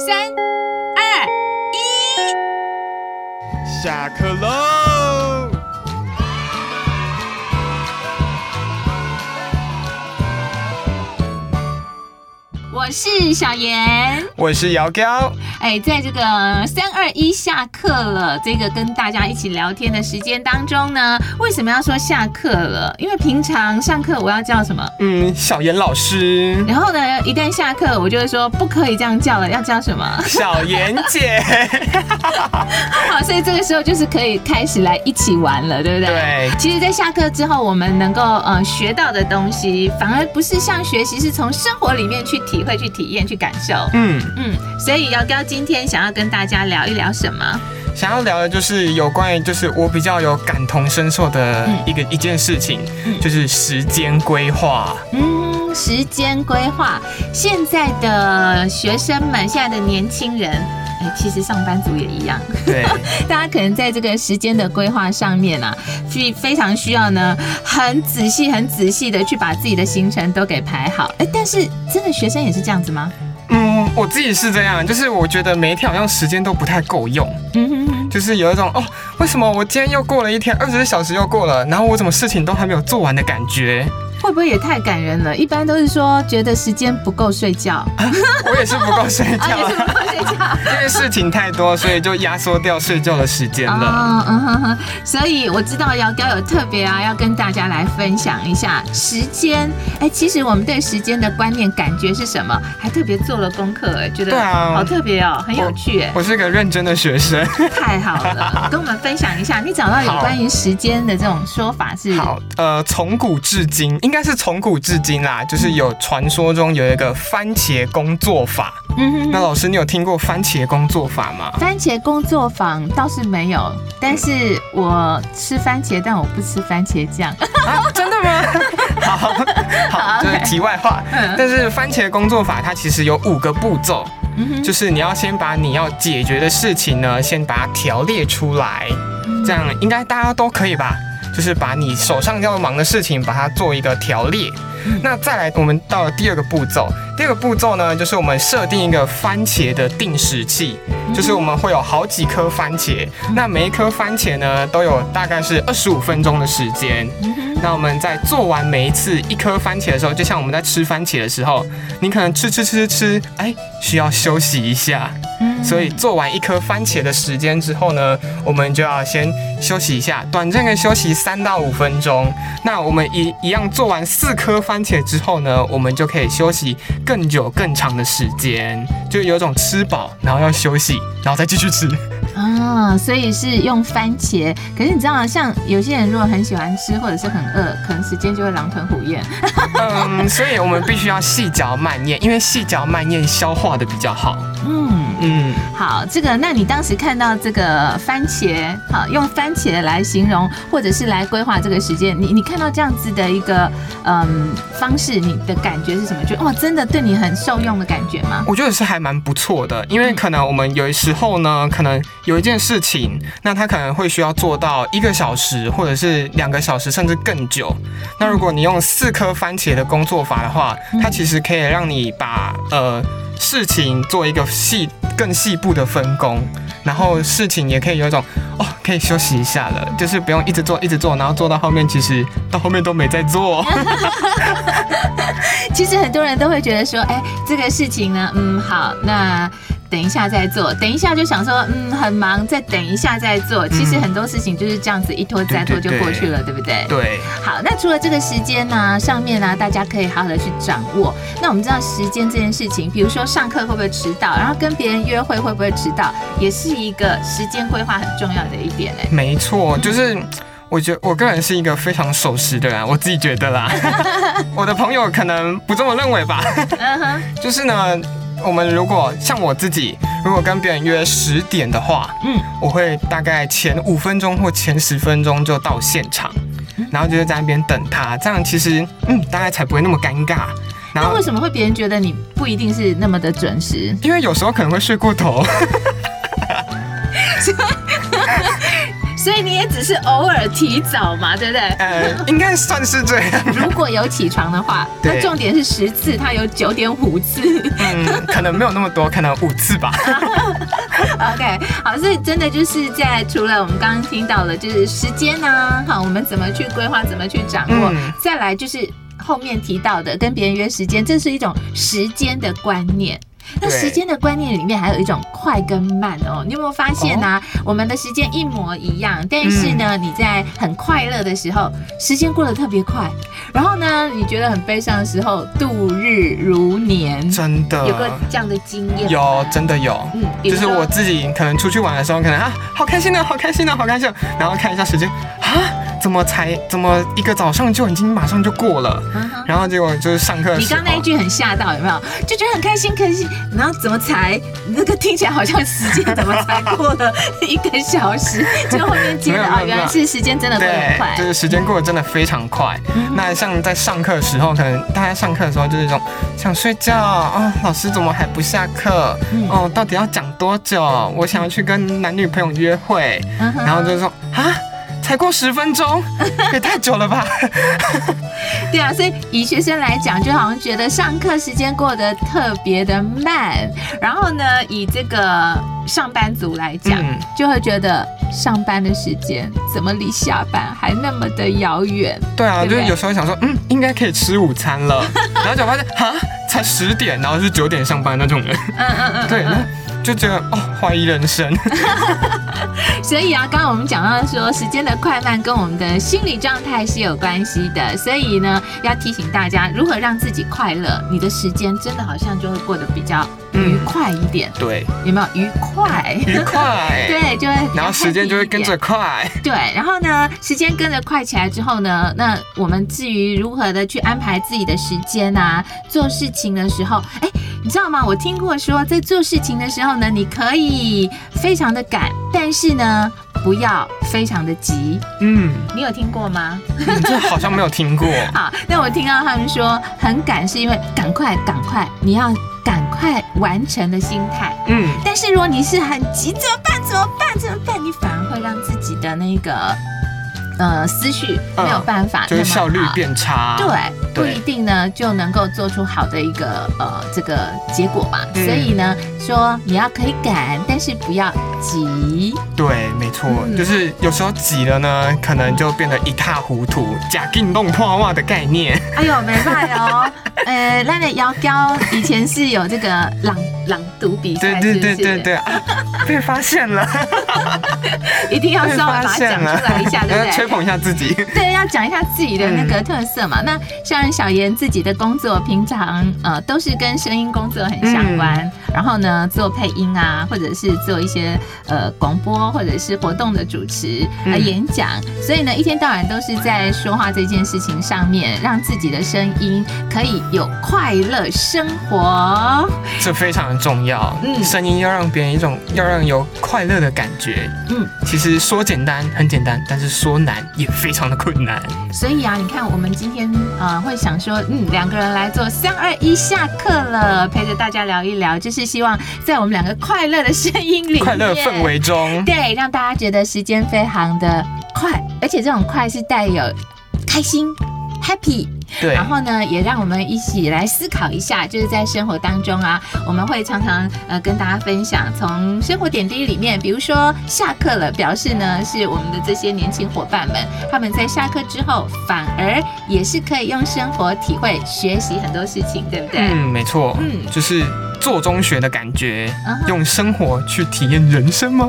3、2、1， 下课喽！ 我是小妍， 我是姚高。 在这个3、2、1下课了，这个跟大家一起聊天的时间当中呢，为什么要说下课了？因为平常上课我要叫什么？ 小妍老师。 然后呢，一旦下课，我就会说不可以这样叫了，要叫什么？ 小妍姐。 好，所以这个时候就是可以开始来一起玩了，对不对？ 对。 其实，在下课之后，我们能够学到的东西，反而不是像学习，是从生活里面去体会、去体验、去感受。所以姚高今天想要跟大家聊一聊什么？ 想要聊的就是有关于，就是我比较有感同身受的一件事情，就是时间规划。 时间规划，现在的学生们，现在的年轻人。其实上班族也一样， 对， 大家可能在这个时间的规划上面啊，非常需要呢，很仔细的去把自己的行程都给排好。但是真的学生也是这样子吗？ 我自己是这样，就是我觉得每一天好像时间都不太够用，就是有一种为什么我今天又过了一天，24小时又过了，然后我怎么事情都还没有做完的感觉。 会不会也太感人了？一般都是说觉得时间不够睡觉， 我也是不够睡觉， 也是不够睡觉， 因为事情太多，所以就压缩掉睡觉的时间了。 所以我知道姚高有特别要跟大家来分享一下时间。其实我们对时间的观念、感觉是什么？还特别做了功课，觉得好特别哦，很有趣。 我是个认真的学生， 太好了，跟我们分享一下，你找到有关于时间的这种说法是？ 好，从古至今。应该是从古至今啦，就是有传说中有一个番茄工作法。那老师，你有听过番茄工作法吗？ 番茄工作法倒是没有，但是我吃番茄，但我不吃番茄酱。 真的吗？好，这是题外话。但是番茄工作法它其实有5个步骤，就是你要先把你要解决的事情呢，先把它条列出来，这样应该大家都可以吧？就是把你手上要忙的事情，把它做一个条列。那再来，我们到了第2个步骤。第2个步骤呢，就是我们设定一个番茄的定时器，就是我们会有好几颗番茄，那每一颗番茄呢，都有大概是25分钟的时间。那我们在做完每一次1颗番茄的时候，就像我们在吃番茄的时候，你可能吃，需要休息一下。所以做完1颗番茄的时间之后呢，我们就要先休息一下，短暂的休息3到5分钟。那我们一样做完4颗番茄之后呢，我们就可以休息更久更长的时间，就有种吃饱然后要休息，然后再继续吃。 所以是用番茄。可是你知道吗？像有些人如果很喜欢吃，或者是很饿，可能时间就会狼吞虎咽。 所以我们必须要细嚼慢咽，因为细嚼慢咽消化的比较好。 好，那你当时看到这个番茄，好，用番茄来形容，或者是来规划这个时间，你看到这样子的一个方式，你的感觉是什么？觉得真的对你很受用的感觉吗？ 我觉得是还蛮不错的，因为可能我们有时候呢，可能有一件事情，那它可能会需要做到1个小时，或者是2个小时，甚至更久。那如果你用4颗番茄的工作法的话，它其实可以让你把事情做一个更细部的分工，然后事情也可以有一种可以休息一下了，就是不用一直做，然后做到后面，其实到后面都没在做。 其实很多人都会觉得说，这个事情呢，好，那等一下再做，等一下就想说，很忙，再等一下再做。其实很多事情就是这样子一拖再拖就过去了，对不对？ 对。 好，那除了这个时间呢，上面呢，大家可以好好的去掌握。那我们知道时间这件事情，比如说上课会不会迟到，然后跟别人约会会不会迟到，也是一个时间规划很重要的一点。 没错，就是我觉得我个人是一个非常守时的人，我自己觉得啦。我的朋友可能不这么认为吧。就是呢，我们如果像我自己，如果跟别人约10点的话，我会大概前5分钟或前10分钟就到现场，然后就在那边等他，这样其实大概才不会那么尴尬。 那为什么会别人觉得你不一定是那么的准时？ 因为有时候可能会睡过头。 所以你也只是偶尔提早嘛，对不对？ 应该算是这样。 如果有起床的话，那重点是10次，它有9.5次。 可能没有那么多，可能5次吧。 OK， 好，所以真的就是在除了我们刚刚听到了，就是时间啊，好，我们怎么去规划，怎么去掌握，再来就是后面提到的跟别人约时间，这是一种时间的观念。那时间的观念里面还有一种快跟慢哦，你有没有发现啊？我们的时间一模一样，但是呢，你在很快乐的时候，时间过得特别快，然后呢，你觉得很悲伤的时候，度日如年。真的有个这样的经验？ 有，真的有。就是我自己可能出去玩的时候，可能好开心啊，好开心啊，好开心，然后看一下时间怎么一个早上就已经马上就过了，然后结果就是上课的时候， 你刚那一句很吓到，有没有？就觉得很开心，然后怎么才那个听起来好像时间怎么才过了1个小时？就后面接的原来是时间真的过得很快， 就是时间过得真的非常快。那像在上课的时候，可能大家上课的时候就是一种想睡觉老师怎么还不下课？到底要讲多久？我想要去跟男女朋友约会，然后就说才过10分钟，也太久了吧？ 对啊，所以以学生来讲，就好像觉得上课时间过得特别的慢，然后呢，以这个上班族来讲，就会觉得上班的时间怎么离下班还那么的遥远？ 对啊，对，就是有时候想说，应该可以吃午餐了，然后就发现才10点，然后是9点上班那种人，对，就觉得怀疑人生。 所以啊，刚刚我们讲到说，时间的快慢跟我们的心理状态是有关系的，所以呢，要提醒大家如何让自己快乐，你的时间真的好像就会过得比较愉快一点。 对， 有没有愉快？愉快， 对，就会， 然后时间就会跟着快。 对，然后呢，时间跟着快起来之后呢，那我们至于如何的去安排自己的时间啊，做事情的时候，你知道吗？我听过说，在做事情的时候呢，你可以非常的赶，但是呢，不要非常的急。你有听过吗？ 这好像没有听过。 好，那我听到他们说，很赶是因为赶快，你要赶快完成的心态。但是如果你是很急，怎么办？你反而会让自己的那个思绪没有办法， 就是效率变差。 对，不一定呢就能够做出好的一个这个结果嘛。所以呢，说你要可以赶，但是不要急。对， 没错，就是有时候急了呢，可能就变得一塌糊涂，假进弄破袜的概念。 哎呦，没办法哦。那个姚高以前是有这个朗读比赛， 对，被发现了， 一定要稍微把它讲出来一下，对不对？ 吹捧一下自己， 对，要讲一下自己的那个特色嘛。那像小妍自己的工作，平常都是跟声音工作很相关，然后呢做配音啊，或者是做一些广播或者是活动的主持演讲，所以呢一天到晚都是在说话这件事情上面，让自己的声音可以有快乐生活， 这非常的重要。声音要让别人要让有快乐的感觉。其实说简单很简单，但是说难也非常的困难。 所以啊，你看我们今天会想说，2个人来做3、2、1下课了，陪着大家聊一聊，就是希望在我们2个快乐的声音里面， 快乐氛围中， 对，让大家觉得时间非常的快，而且这种快是带有开心 happy。对，然后呢，也让我们一起来思考一下，就是在生活当中啊，我们会常常跟大家分享，从生活点滴里面，比如说下课了，表示呢是我们的这些年轻伙伴们，他们在下课之后，反而也是可以用生活体会、学习很多事情，对不对？ 没错，就是做中学的感觉，用生活去体验人生吗？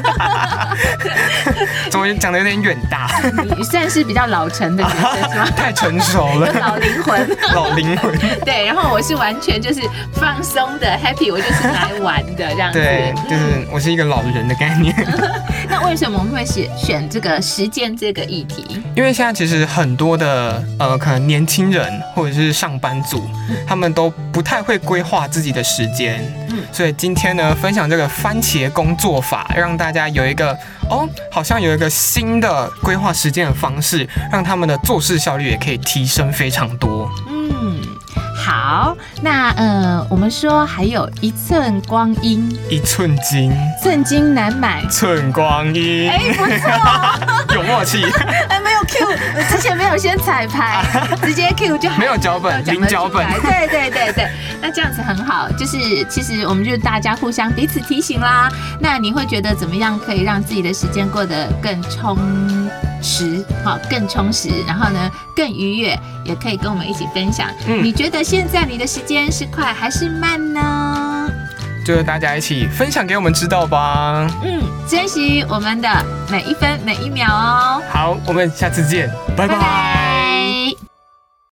怎么讲的有点远大？ 你算是比较老成的学生是吗？ 太成熟了。 老灵魂， 老灵魂。 对，然后我是完全就是放松的 happy， 我就是来玩的这样子。 对，就是我是一个老人的概念。 那为什么我们会选这个时间这个议题？ 因为现在其实很多的可能年轻人或者是上班族，他们都不太会规划自己的时间。所以今天呢，分享这个番茄工作法，让大家有一个好像有一个新的规划时间的方式，让他们的做事效率也可以提升非常多。 好，那我们说还有一寸光阴， 一寸金， 寸金难买寸光阴。 不错， 有默契。 没有 Q， 之前没有先彩排，直接 Q 就好， 没有脚本，零脚本。 对，那这样子很好，就是其实我们就大家互相彼此提醒啦。那你会觉得怎么样可以让自己的时间过得更充实，更充实，然后呢更愉悦，也可以跟我们一起分享。你觉得现在你的时间是快还是慢呢？ 就是大家一起分享给我们知道吧。 珍惜我们的每一分每一秒哦。 好，我们下次见，拜拜。